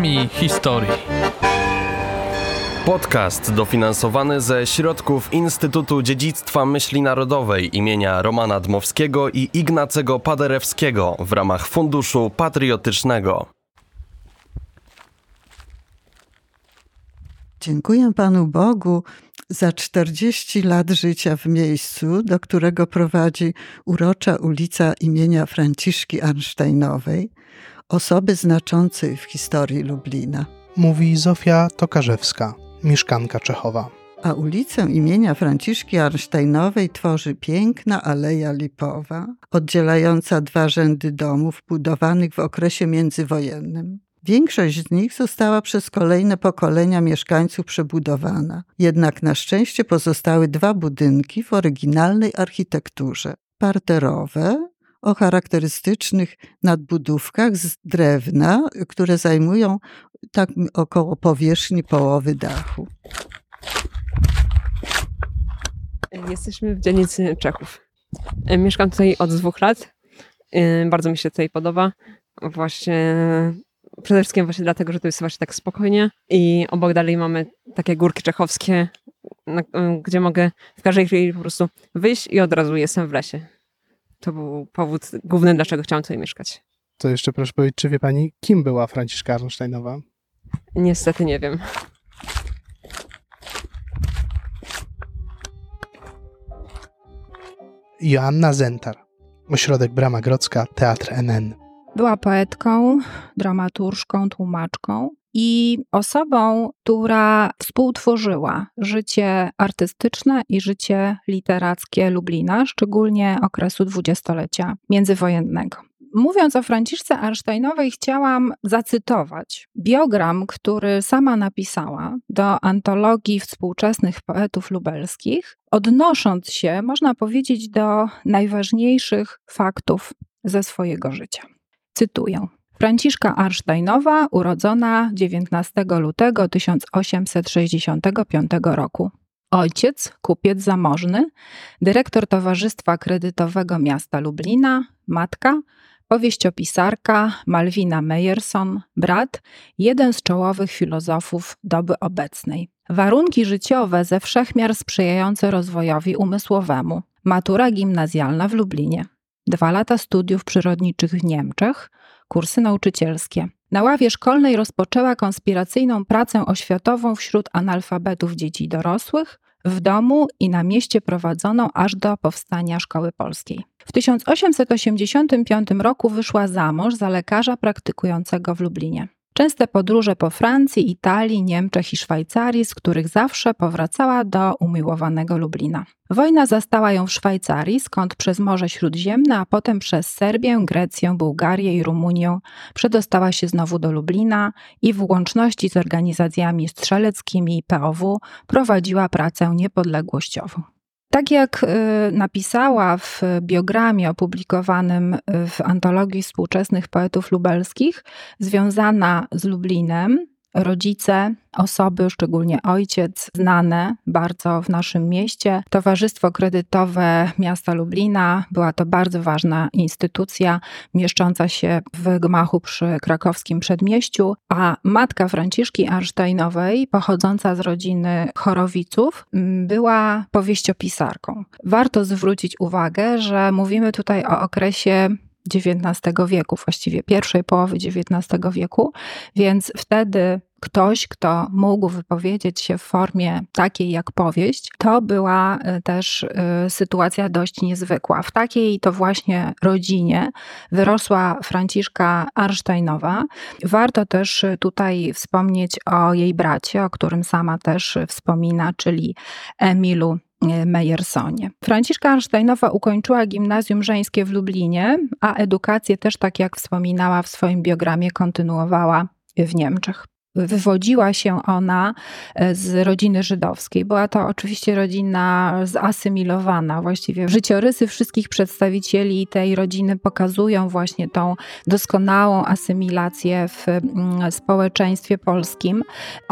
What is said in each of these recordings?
Głosami historii. Podcast dofinansowany ze środków Instytutu Dziedzictwa Myśli Narodowej imienia Romana Dmowskiego i Ignacego Paderewskiego w ramach Funduszu Patriotycznego. Dziękuję Panu Bogu za 40 lat życia w miejscu, do którego prowadzi urocza ulica imienia Franciszki Arnsteinowej, osoby znaczącej w historii Lublina. Mówi Zofia Tokarzewska, mieszkanka Czechowa. A ulicę imienia Franciszki Arnsteinowej tworzy piękna Aleja Lipowa, oddzielająca dwa rzędy domów budowanych w okresie międzywojennym. Większość z nich została przez kolejne pokolenia mieszkańców przebudowana. Jednak na szczęście pozostały dwa budynki w oryginalnej architekturze. Parterowe, o charakterystycznych nadbudówkach z drewna, które zajmują tak około powierzchni połowy dachu. Jesteśmy w dzielnicy Czechów. Mieszkam tutaj od 2 lat. Bardzo mi się tutaj podoba. Przede wszystkim właśnie dlatego, że tu jest właśnie tak spokojnie i obok dalej mamy takie górki czechowskie, gdzie mogę w każdej chwili po prostu wyjść i od razu jestem w lesie. To był powód główny, dlaczego chciałam tutaj mieszkać. To jeszcze proszę powiedzieć, czy wie Pani, kim była Franciszka Arnsteinowa? Niestety nie wiem. Joanna Zentar, Ośrodek Brama Grodzka, Teatr NN. Była poetką, dramaturżką, tłumaczką i osobą, która współtworzyła życie artystyczne i życie literackie Lublina, szczególnie okresu dwudziestolecia międzywojennego. Mówiąc o Franciszce Arnsteinowej, chciałam zacytować biogram, który sama napisała do antologii współczesnych poetów lubelskich, odnosząc się, można powiedzieć, do najważniejszych faktów ze swojego życia. Cytuję. Franciszka Arnsteinowa, urodzona 19 lutego 1865 roku. Ojciec, kupiec zamożny, dyrektor Towarzystwa Kredytowego Miasta Lublina, matka, powieściopisarka Malwina Meyerson, brat, jeden z czołowych filozofów doby obecnej. Warunki życiowe ze wszechmiar sprzyjające rozwojowi umysłowemu. Matura gimnazjalna w Lublinie. 2 lata studiów przyrodniczych w Niemczech, kursy nauczycielskie. Na ławie szkolnej rozpoczęła konspiracyjną pracę oświatową wśród analfabetów dzieci i dorosłych, w domu i na mieście prowadzoną aż do powstania Szkoły Polskiej. W 1885 roku wyszła za mąż za lekarza praktykującego w Lublinie. Częste podróże po Francji, Italii, Niemczech i Szwajcarii, z których zawsze powracała do umiłowanego Lublina. Wojna zastała ją w Szwajcarii, skąd przez Morze Śródziemne, a potem przez Serbię, Grecję, Bułgarię i Rumunię przedostała się znowu do Lublina i w łączności z organizacjami strzeleckimi i POW prowadziła pracę niepodległościową. Tak jak napisała w biogramie opublikowanym w antologii współczesnych poetów lubelskich, związana z Lublinem, rodzice, osoby, szczególnie ojciec, znane bardzo w naszym mieście. Towarzystwo Kredytowe Miasta Lublina, była to bardzo ważna instytucja mieszcząca się w gmachu przy krakowskim przedmieściu, a matka Franciszki Arnsteinowej, pochodząca z rodziny Chorowiców, była powieściopisarką. Warto zwrócić uwagę, że mówimy tutaj o okresie XIX wieku, właściwie pierwszej połowy XIX wieku, więc wtedy ktoś, kto mógł wypowiedzieć się w formie takiej jak powieść, to była też sytuacja dość niezwykła. W takiej to właśnie rodzinie wyrosła Franciszka Arnsteinowa. Warto też tutaj wspomnieć o jej bracie, o którym sama też wspomina, czyli Emilu Meyersonie. Franciszka Arnsteinowa ukończyła gimnazjum żeńskie w Lublinie, a edukację też, tak jak wspominała w swoim biogramie, kontynuowała w Niemczech. wywodziła się ona z rodziny żydowskiej. Była to oczywiście rodzina zasymilowana. Właściwie życiorysy wszystkich przedstawicieli tej rodziny pokazują właśnie tą doskonałą asymilację w społeczeństwie polskim.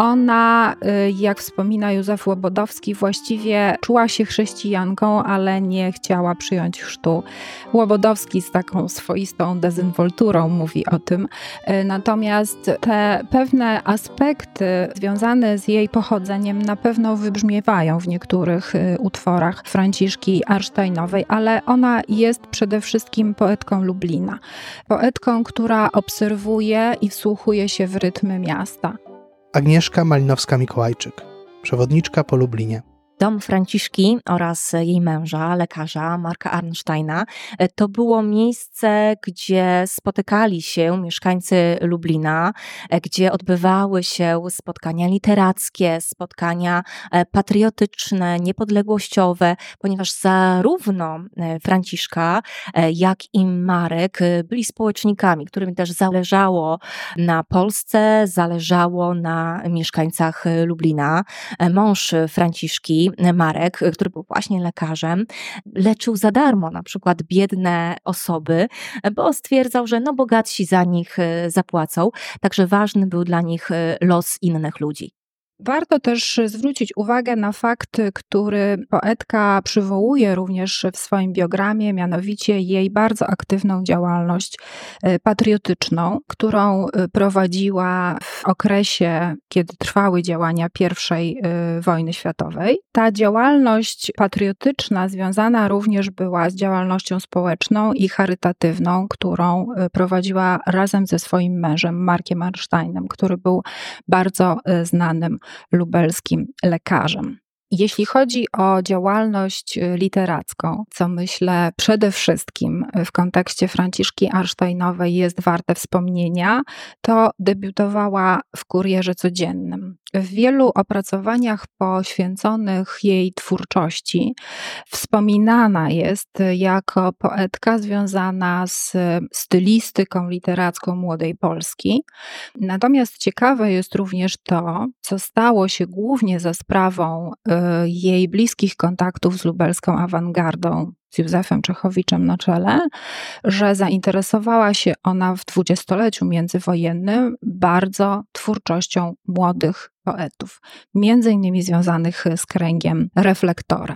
Ona, jak wspomina Józef Łobodowski, właściwie czuła się chrześcijanką, ale nie chciała przyjąć chrztu. Łobodowski z taką swoistą dezynwolturą mówi o tym. Natomiast te pewne aspekty związane z jej pochodzeniem na pewno wybrzmiewają w niektórych utworach Franciszki Arnsteinowej, ale ona jest przede wszystkim poetką Lublina. Poetką, która obserwuje i wsłuchuje się w rytmy miasta. Agnieszka Malinowska-Mikołajczyk, przewodniczka po Lublinie. Dom Franciszki oraz jej męża, lekarza Marka Arnsteina, to było miejsce, gdzie spotykali się mieszkańcy Lublina, gdzie odbywały się spotkania literackie, spotkania patriotyczne, niepodległościowe, ponieważ zarówno Franciszka, jak i Marek byli społecznikami, którym też zależało na Polsce, zależało na mieszkańcach Lublina. Mąż Franciszki, Marek, który był właśnie lekarzem, leczył za darmo na przykład biedne osoby, bo stwierdzał, że bogatsi za nich zapłacą, także ważny był dla nich los innych ludzi. Warto też zwrócić uwagę na fakt, który poetka przywołuje również w swoim biogramie, mianowicie jej bardzo aktywną działalność patriotyczną, którą prowadziła w okresie, kiedy trwały działania I wojny światowej. Ta działalność patriotyczna związana również była z działalnością społeczną i charytatywną, którą prowadziła razem ze swoim mężem Markiem Arnsteinem, który był bardzo znanym lubelskim lekarzem. Jeśli chodzi o działalność literacką, co myślę przede wszystkim w kontekście Franciszki Arnsteinowej jest warte wspomnienia, to debiutowała w Kurierze Codziennym. W wielu opracowaniach poświęconych jej twórczości wspominana jest jako poetka związana z stylistyką literacką młodej Polski. Natomiast ciekawe jest również to, co stało się głównie za sprawą jej bliskich kontaktów z lubelską awangardą, z Józefem Czechowiczem na czele, że zainteresowała się ona w dwudziestoleciu międzywojennym bardzo twórczością młodych poetów, między innymi związanych z kręgiem Reflektora.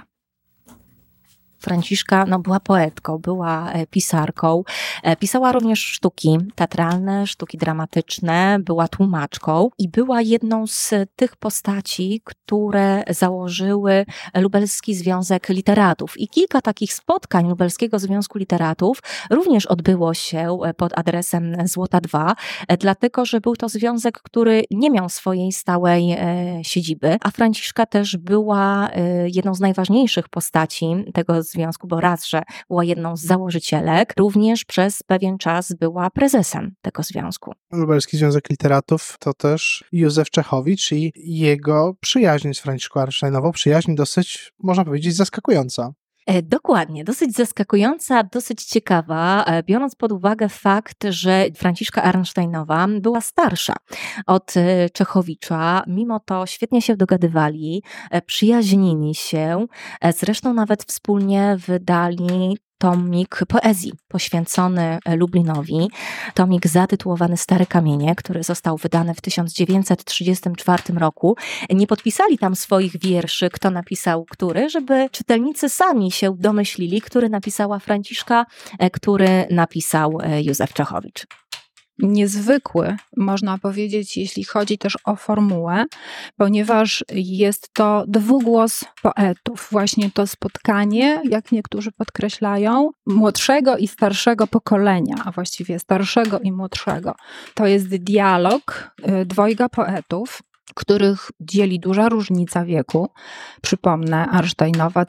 Franciszka była poetką, była pisarką, pisała również sztuki teatralne, sztuki dramatyczne, była tłumaczką i była jedną z tych postaci, które założyły Lubelski Związek Literatów. I kilka takich spotkań Lubelskiego Związku Literatów również odbyło się pod adresem Złota 2, dlatego że był to związek, który nie miał swojej stałej siedziby, a Franciszka też była jedną z najważniejszych postaci tego związku, bo raz, że była jedną z założycielek, również przez pewien czas była prezesem tego związku. Lubelski Związek Literatów to też Józef Czechowicz i jego przyjaźń z Franciszką Arnsteinową, przyjaźń dosyć, można powiedzieć, zaskakująca. Dokładnie, dosyć zaskakująca, dosyć ciekawa, biorąc pod uwagę fakt, że Franciszka Arnsteinowa była starsza od Czechowicza, mimo to świetnie się dogadywali, przyjaźnili się, zresztą nawet wspólnie wydali tomik poezji poświęcony Lublinowi, tomik zatytułowany Stare Kamienie, który został wydany w 1934 roku. Nie podpisali tam swoich wierszy, kto napisał który, żeby czytelnicy sami się domyślili, który napisała Franciszka, który napisał Józef Czechowicz. Niezwykły, można powiedzieć, jeśli chodzi też o formułę, ponieważ jest to dwugłos poetów. Właśnie to spotkanie, jak niektórzy podkreślają, młodszego i starszego pokolenia, a właściwie starszego i młodszego. To jest dialog dwojga poetów, których dzieli duża różnica wieku. Przypomnę, Arnsteinowa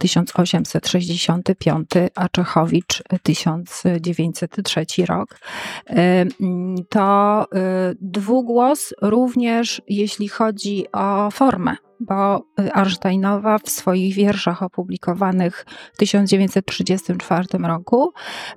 1865, a Czechowicz 1903 rok. To dwugłos również jeśli chodzi o formę. bo Arnsteinowa w swoich wierszach opublikowanych w 1934 roku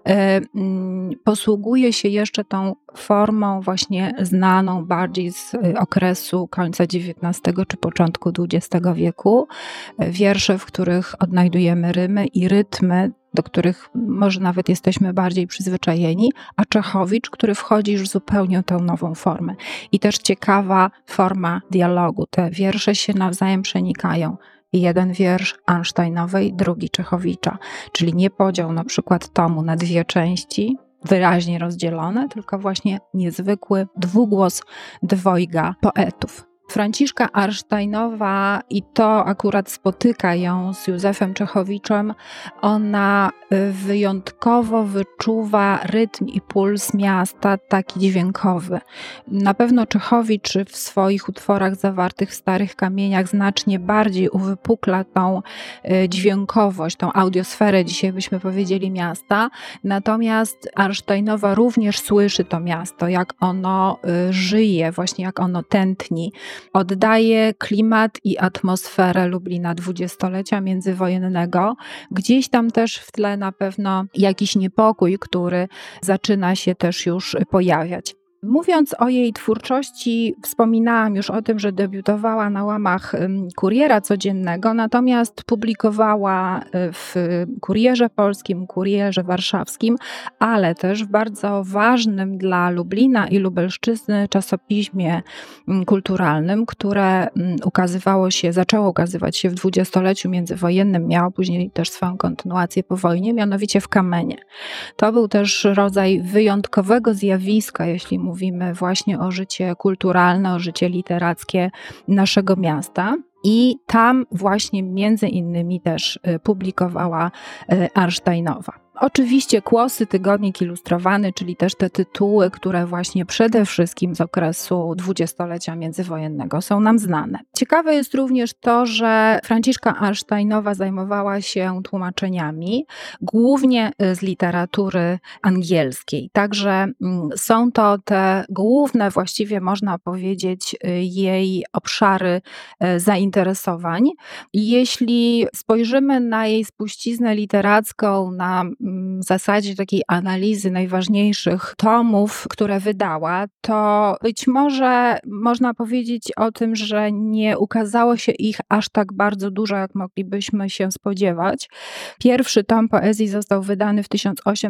posługuje się jeszcze tą formą właśnie znaną bardziej z okresu końca XIX czy początku XX wieku. Wiersze, w których odnajdujemy rymy i rytmy, do których może nawet jesteśmy bardziej przyzwyczajeni, a Czechowicz, który wchodzi już w zupełnie tą nową formę. I też ciekawa forma dialogu. Te wiersze się nawzajem przenikają. Jeden wiersz Arnsteinowej, drugi Czechowicza. Czyli nie podział na przykład tomu na dwie części, wyraźnie rozdzielone, tylko właśnie niezwykły dwugłos dwojga poetów. Franciszka Arnsteinowa, i to akurat spotyka ją z Józefem Czechowiczem, ona wyjątkowo wyczuwa rytm i puls miasta, taki dźwiękowy. Na pewno Czechowicz w swoich utworach zawartych w Starych Kamieniach znacznie bardziej uwypukla tą dźwiękowość, tą audiosferę, dzisiaj byśmy powiedzieli, miasta. Natomiast Arnsteinowa również słyszy to miasto, jak ono żyje, właśnie jak ono tętni. Oddaje klimat i atmosferę Lublina dwudziestolecia międzywojennego. Gdzieś tam też w tle na pewno jakiś niepokój, który zaczyna się też już pojawiać. Mówiąc o jej twórczości, wspominałam już o tym, że debiutowała na łamach Kuriera Codziennego, natomiast publikowała w Kurierze Polskim, Kurierze Warszawskim, ale też w bardzo ważnym dla Lublina i Lubelszczyzny czasopiśmie kulturalnym, które zaczęło ukazywać się w dwudziestoleciu międzywojennym, miało później też swoją kontynuację po wojnie, mianowicie w Kamenie. To był też rodzaj wyjątkowego zjawiska, jeśli mówimy właśnie o życie kulturalne, o życie literackie naszego miasta. I tam właśnie między innymi też publikowała Arnsteinowa. Oczywiście Kłosy, Tygodnik Ilustrowany, czyli też te tytuły, które właśnie przede wszystkim z okresu dwudziestolecia międzywojennego są nam znane. Ciekawe jest również to, że Franciszka Arnsteinowa zajmowała się tłumaczeniami, głównie z literatury angielskiej. Także są to te główne, właściwie można powiedzieć, jej obszary zainteresowań. Jeśli spojrzymy na jej spuściznę literacką, na w zasadzie takiej analizy najważniejszych tomów, które wydała, to być może można powiedzieć o tym, że nie ukazało się ich aż tak bardzo dużo, jak moglibyśmy się spodziewać. Pierwszy tom poezji został wydany w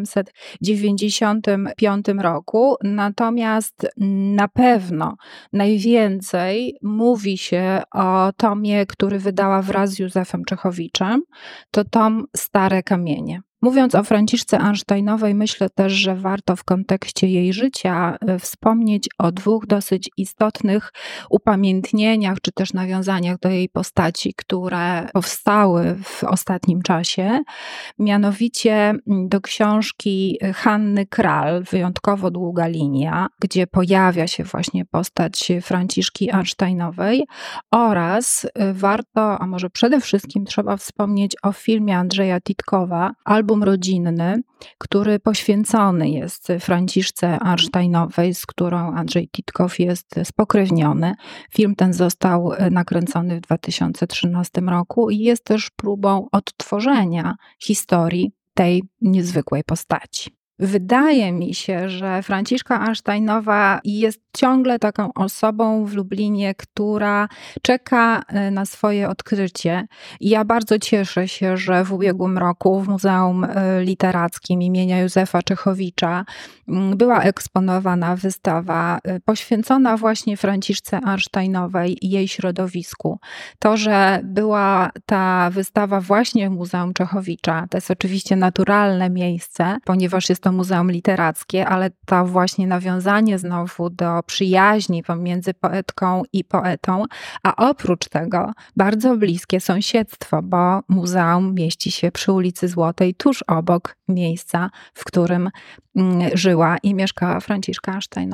1895 roku, natomiast na pewno najwięcej mówi się o tomie, który wydała wraz z Józefem Czechowiczem. To tom Stare Kamienie. Mówiąc o Franciszce Arnsteinowej, myślę też, że warto w kontekście jej życia wspomnieć o dwóch dosyć istotnych upamiętnieniach, czy też nawiązaniach do jej postaci, które powstały w ostatnim czasie. Mianowicie do książki Hanny Kral, wyjątkowo długa linia, gdzie pojawia się właśnie postać Franciszki Arnsteinowej, oraz warto, a może przede wszystkim trzeba wspomnieć o filmie Andrzeja Titkowa, album rodzinny, który poświęcony jest Franciszce Arnsteinowej, z którą Andrzej Titkow jest spokrewniony. Film ten został nakręcony w 2013 roku i jest też próbą odtworzenia historii tej niezwykłej postaci. Wydaje mi się, że Franciszka Arnsteinowa jest ciągle taką osobą w Lublinie, która czeka na swoje odkrycie. I ja bardzo cieszę się, że w ubiegłym roku w Muzeum Literackim imienia Józefa Czechowicza była eksponowana wystawa poświęcona właśnie Franciszce Arnsteinowej i jej środowisku. To, że była ta wystawa właśnie w Muzeum Czechowicza, to jest oczywiście naturalne miejsce, ponieważ jest to muzeum literackie, ale to właśnie nawiązanie znowu do przyjaźni pomiędzy poetką i poetą, a oprócz tego bardzo bliskie sąsiedztwo, bo muzeum mieści się przy ulicy Złotej, tuż obok miejsca, w którym żyła i mieszkała Franciszka Arnsteinowa.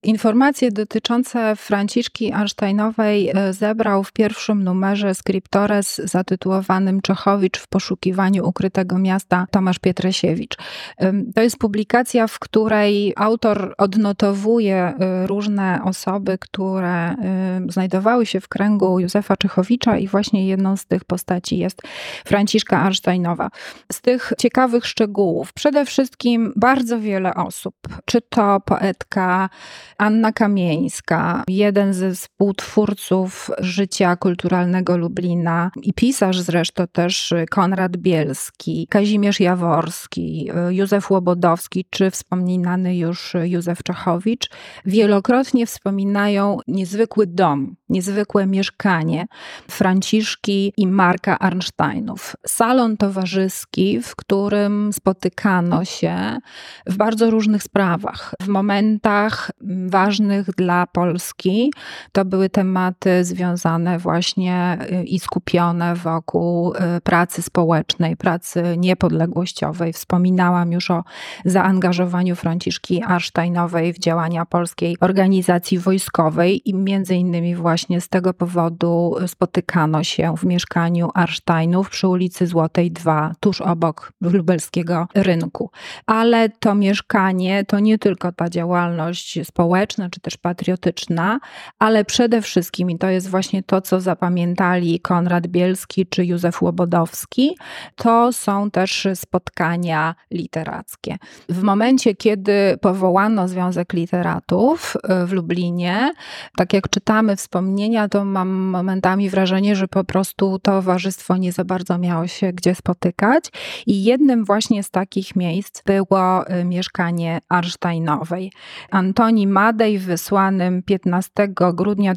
Informacje dotyczące Franciszki Arnsteinowej zebrał w pierwszym numerze Scriptores zatytułowanym Czechowicz w poszukiwaniu ukrytego miasta Tomasz Pietrasiewicz. To jest publikacja, w której autor odnotowuje różne osoby, które znajdowały się w kręgu Józefa Czechowicza i właśnie jedną z tych postaci jest Franciszka Arnsteinowa. Z tych ciekawych szczegółów przede wszystkim bardzo wiele osób, czy to poetka Anna Kamieńska, jeden ze współtwórców życia kulturalnego Lublina i pisarz zresztą też Konrad Bielski, Kazimierz Jaworski, Józef Łobodowski czy wspominany już Józef Czechowicz wielokrotnie wspominają niezwykły dom, niezwykłe mieszkanie Franciszki i Marka Arnsteinów. Salon towarzyski, w którym spotykano się w bardzo różnych sprawach. W momentach ważnych dla Polski to były tematy związane właśnie i skupione wokół pracy społecznej, pracy niepodległościowej. Wspominałam już o zaangażowaniu Franciszki Arnsteinowej w działania Polskiej Organizacji Wojskowej i między innymi właśnie z tego powodu spotykano się w mieszkaniu Arnsteinów przy ulicy Złotej 2, tuż obok lubelskiego rynku. Ale to mieszkanie to nie tylko ta działalność społeczna czy też patriotyczna, ale przede wszystkim, i to jest właśnie to, co zapamiętali Konrad Bielski czy Józef Łobodowski, to są też spotkania literackie. W momencie, kiedy powołano Związek Literatów w Lublinie, tak jak czytamy wspomnienia, to mam momentami wrażenie, że po prostu towarzystwo nie za bardzo miało się gdzie spotykać i jednym właśnie z takich miejsc było mieszkanie Arnsteinowej. Antoni Madej w wysłanym 15 grudnia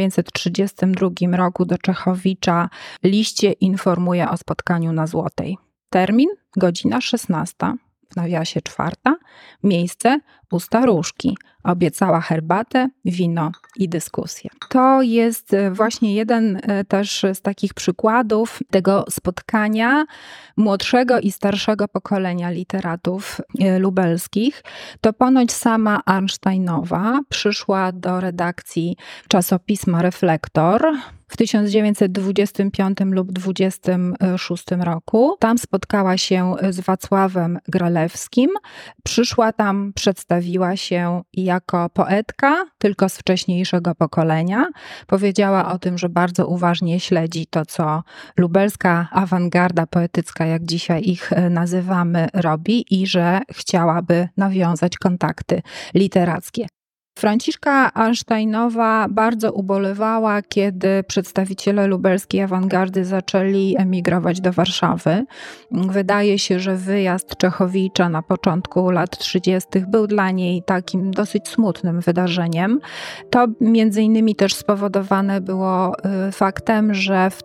1932 roku do Czechowicza liście informuje o spotkaniu na Złotej. Termin? Godzina 16, w nawiasie 4, miejsce u staruszki. Obiecała herbatę, wino i dyskusję. To jest właśnie jeden też z takich przykładów tego spotkania młodszego i starszego pokolenia literatów lubelskich. To ponoć sama Arnsteinowa przyszła do redakcji czasopisma Reflektor w 1925 lub 26 roku. Tam spotkała się z Wacławem Gralewskim. Przyszła tam, przedstawiła się jako poetka, tylko z wcześniejszego pokolenia. Powiedziała o tym, że bardzo uważnie śledzi to, co lubelska awangarda poetycka, jak dzisiaj ich nazywamy, robi i że chciałaby nawiązać kontakty literackie. Franciszka Arnsteinowa bardzo ubolewała, kiedy przedstawiciele lubelskiej awangardy zaczęli emigrować do Warszawy. Wydaje się, że wyjazd Czechowicza na początku lat 30. był dla niej takim dosyć smutnym wydarzeniem. To między innymi też spowodowane było faktem, że w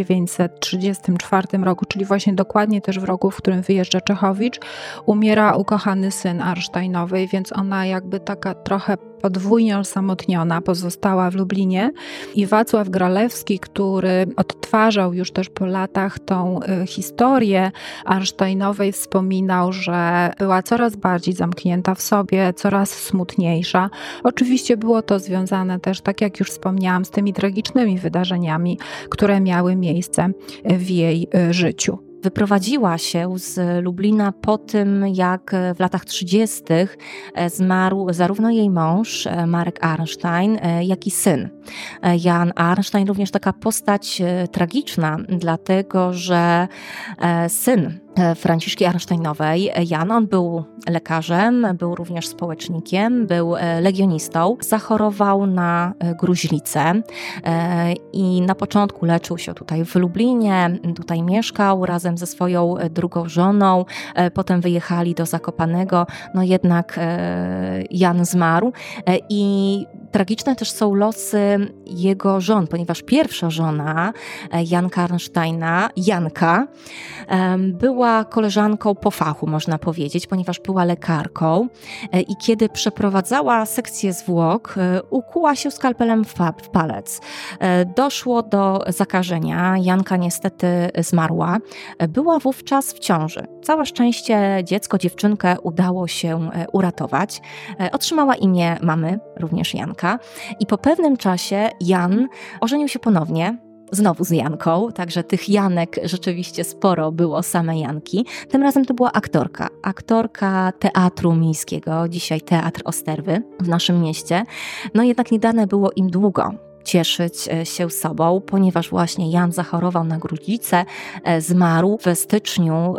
1934 roku, czyli właśnie dokładnie też w roku, w którym wyjeżdża Czechowicz, umiera ukochany syn Arnsteinowej, więc ona jakby taka trochę podwójnie osamotniona pozostała w Lublinie i Wacław Gralewski, który odtwarzał już też po latach tą historię Arnsteinowej, wspominał, że była coraz bardziej zamknięta w sobie, coraz smutniejsza. Oczywiście było to związane też, tak jak już wspomniałam, z tymi tragicznymi wydarzeniami, które miały miejsce w jej życiu. Wyprowadziła się z Lublina po tym, jak w latach 30. zmarł zarówno jej mąż, Marek Arnstein, jak i syn, Jan Arnstein. Również taka postać tragiczna, dlatego że syn Franciszki Arnsteinowej, Jan, on był lekarzem, był również społecznikiem, był legionistą. Zachorował na gruźlicę i na początku leczył się tutaj w Lublinie, tutaj mieszkał razem ze swoją drugą żoną, potem wyjechali do Zakopanego, no jednak Jan zmarł i Tragiczne też są losy jego żon, ponieważ pierwsza żona Janka Arnsteina, Janka, była koleżanką po fachu, można powiedzieć, ponieważ była lekarką i kiedy przeprowadzała sekcję zwłok, ukuła się skalpelem w palec. Doszło do zakażenia, Janka niestety zmarła. Była wówczas w ciąży. Całe szczęście dziecko, dziewczynkę udało się uratować. Otrzymała imię mamy, również Janka. I po pewnym czasie Jan ożenił się ponownie, znowu z Janką, także tych Janek rzeczywiście sporo było, same Janki. Tym razem to była aktorka Teatru Miejskiego, dzisiaj Teatr Osterwy w naszym mieście. No jednak nie dane było im długo cieszyć się sobą, ponieważ właśnie Jan zachorował na gruźlicę, zmarł w styczniu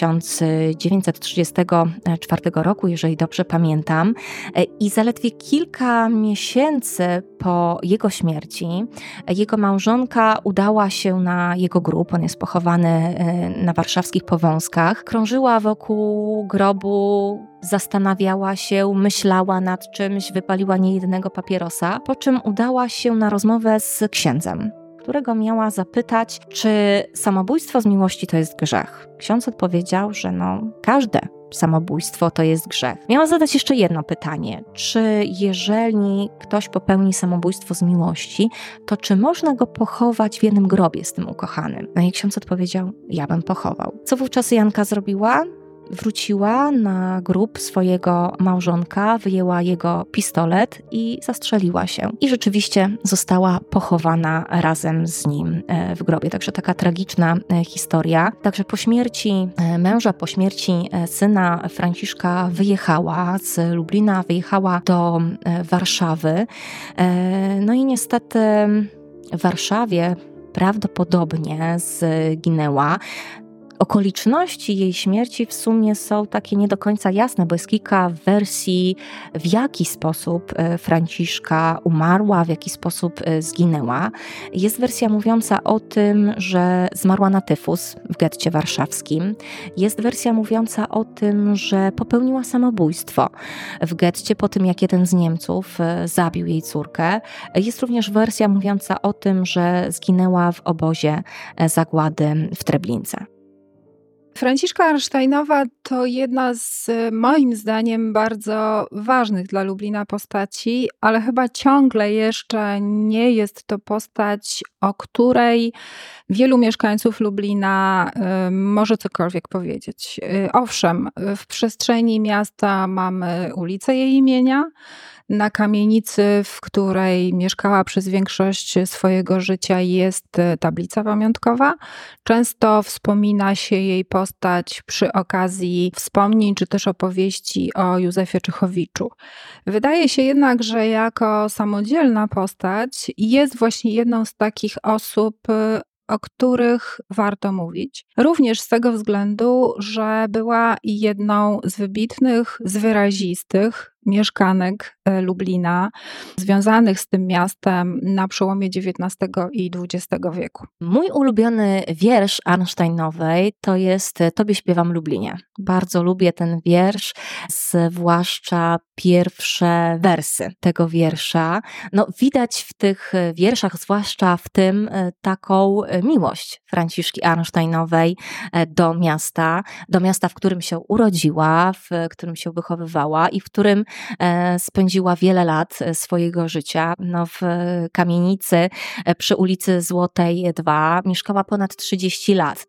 1934 roku, jeżeli dobrze pamiętam. I zaledwie kilka miesięcy po jego śmierci jego małżonka udała się na jego grób, on jest pochowany na warszawskich Powązkach, krążyła wokół grobu, zastanawiała się, myślała nad czymś, wypaliła niejednego papierosa, po czym udała się na rozmowę z księdzem, którego miała zapytać, czy samobójstwo z miłości to jest grzech. Ksiądz odpowiedział, że każde samobójstwo to jest grzech. Miała zadać jeszcze jedno pytanie, czy jeżeli ktoś popełni samobójstwo z miłości, to czy można go pochować w jednym grobie z tym ukochanym? No i ksiądz odpowiedział, ja bym pochował. Co wówczas Janka zrobiła? Wróciła na grób swojego małżonka, wyjęła jego pistolet i zastrzeliła się. I rzeczywiście została pochowana razem z nim w grobie. Także taka tragiczna historia. Także po śmierci męża, po śmierci syna Franciszka wyjechała z Lublina, wyjechała do Warszawy. No i niestety w Warszawie prawdopodobnie zginęła. Okoliczności jej śmierci w sumie są takie nie do końca jasne, bo jest kilka wersji, w jaki sposób Franciszka umarła, w jaki sposób zginęła. Jest wersja mówiąca o tym, że zmarła na tyfus w getcie warszawskim. Jest wersja mówiąca o tym, że popełniła samobójstwo w getcie po tym, jak jeden z Niemców zabił jej córkę. Jest również wersja mówiąca o tym, że zginęła w obozie zagłady w Treblince. Franciszka Arnsteinowa to jedna z, moim zdaniem, bardzo ważnych dla Lublina postaci, ale chyba ciągle jeszcze nie jest to postać, o której wielu mieszkańców Lublina może cokolwiek powiedzieć. Owszem, w przestrzeni miasta mamy ulicę jej imienia. Na kamienicy, w której mieszkała przez większość swojego życia, jest tablica pamiątkowa. Często wspomina się jej postać przy okazji wspomnień czy też opowieści o Józefie Czychowiczu. Wydaje się jednak, że jako samodzielna postać jest właśnie jedną z takich osób, o których warto mówić. Również z tego względu, że była jedną z wybitnych, z wyrazistych mieszkanek Lublina, związanych z tym miastem na przełomie XIX i XX wieku. Mój ulubiony wiersz Arnsteinowej to jest Tobie śpiewam Lublinie. Bardzo lubię ten wiersz, zwłaszcza pierwsze wersy tego wiersza. Widać w tych wierszach, zwłaszcza w tym, taką miłość Franciszki Arnsteinowej do miasta, w którym się urodziła, w którym się wychowywała i w którym spędziła wiele lat swojego życia. W kamienicy przy ulicy Złotej 2 mieszkała ponad 30 lat.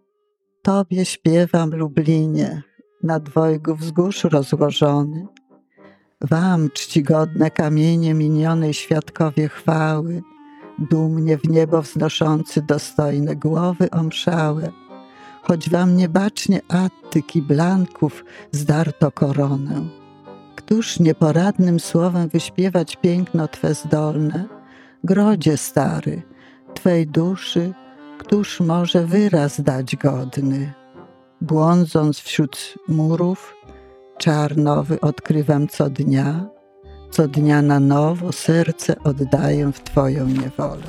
Tobie śpiewam Lublinie, na dwojgu wzgórz rozłożony. Wam czcigodne kamienie minionej świadkowie chwały, dumnie w niebo wznoszący dostojne głowy omszałe. Choć wam niebacznie attyk i blanków zdarto koronę. Któż nieporadnym słowem wyśpiewać piękno Twe zdolne? Grodzie stary, Twej duszy, któż może wyraz dać godny? Błądząc wśród murów, czar nowy odkrywam co dnia na nowo serce oddaję w Twoją niewolę.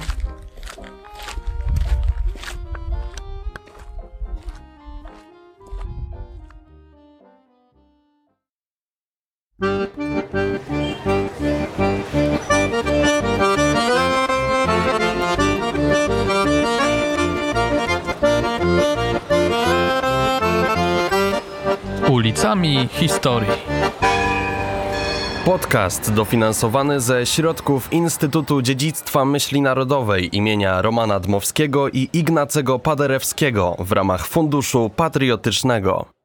Ojcami historii. Podcast dofinansowany ze środków Instytutu Dziedzictwa Myśli Narodowej imienia Romana Dmowskiego i Ignacego Paderewskiego w ramach Funduszu Patriotycznego.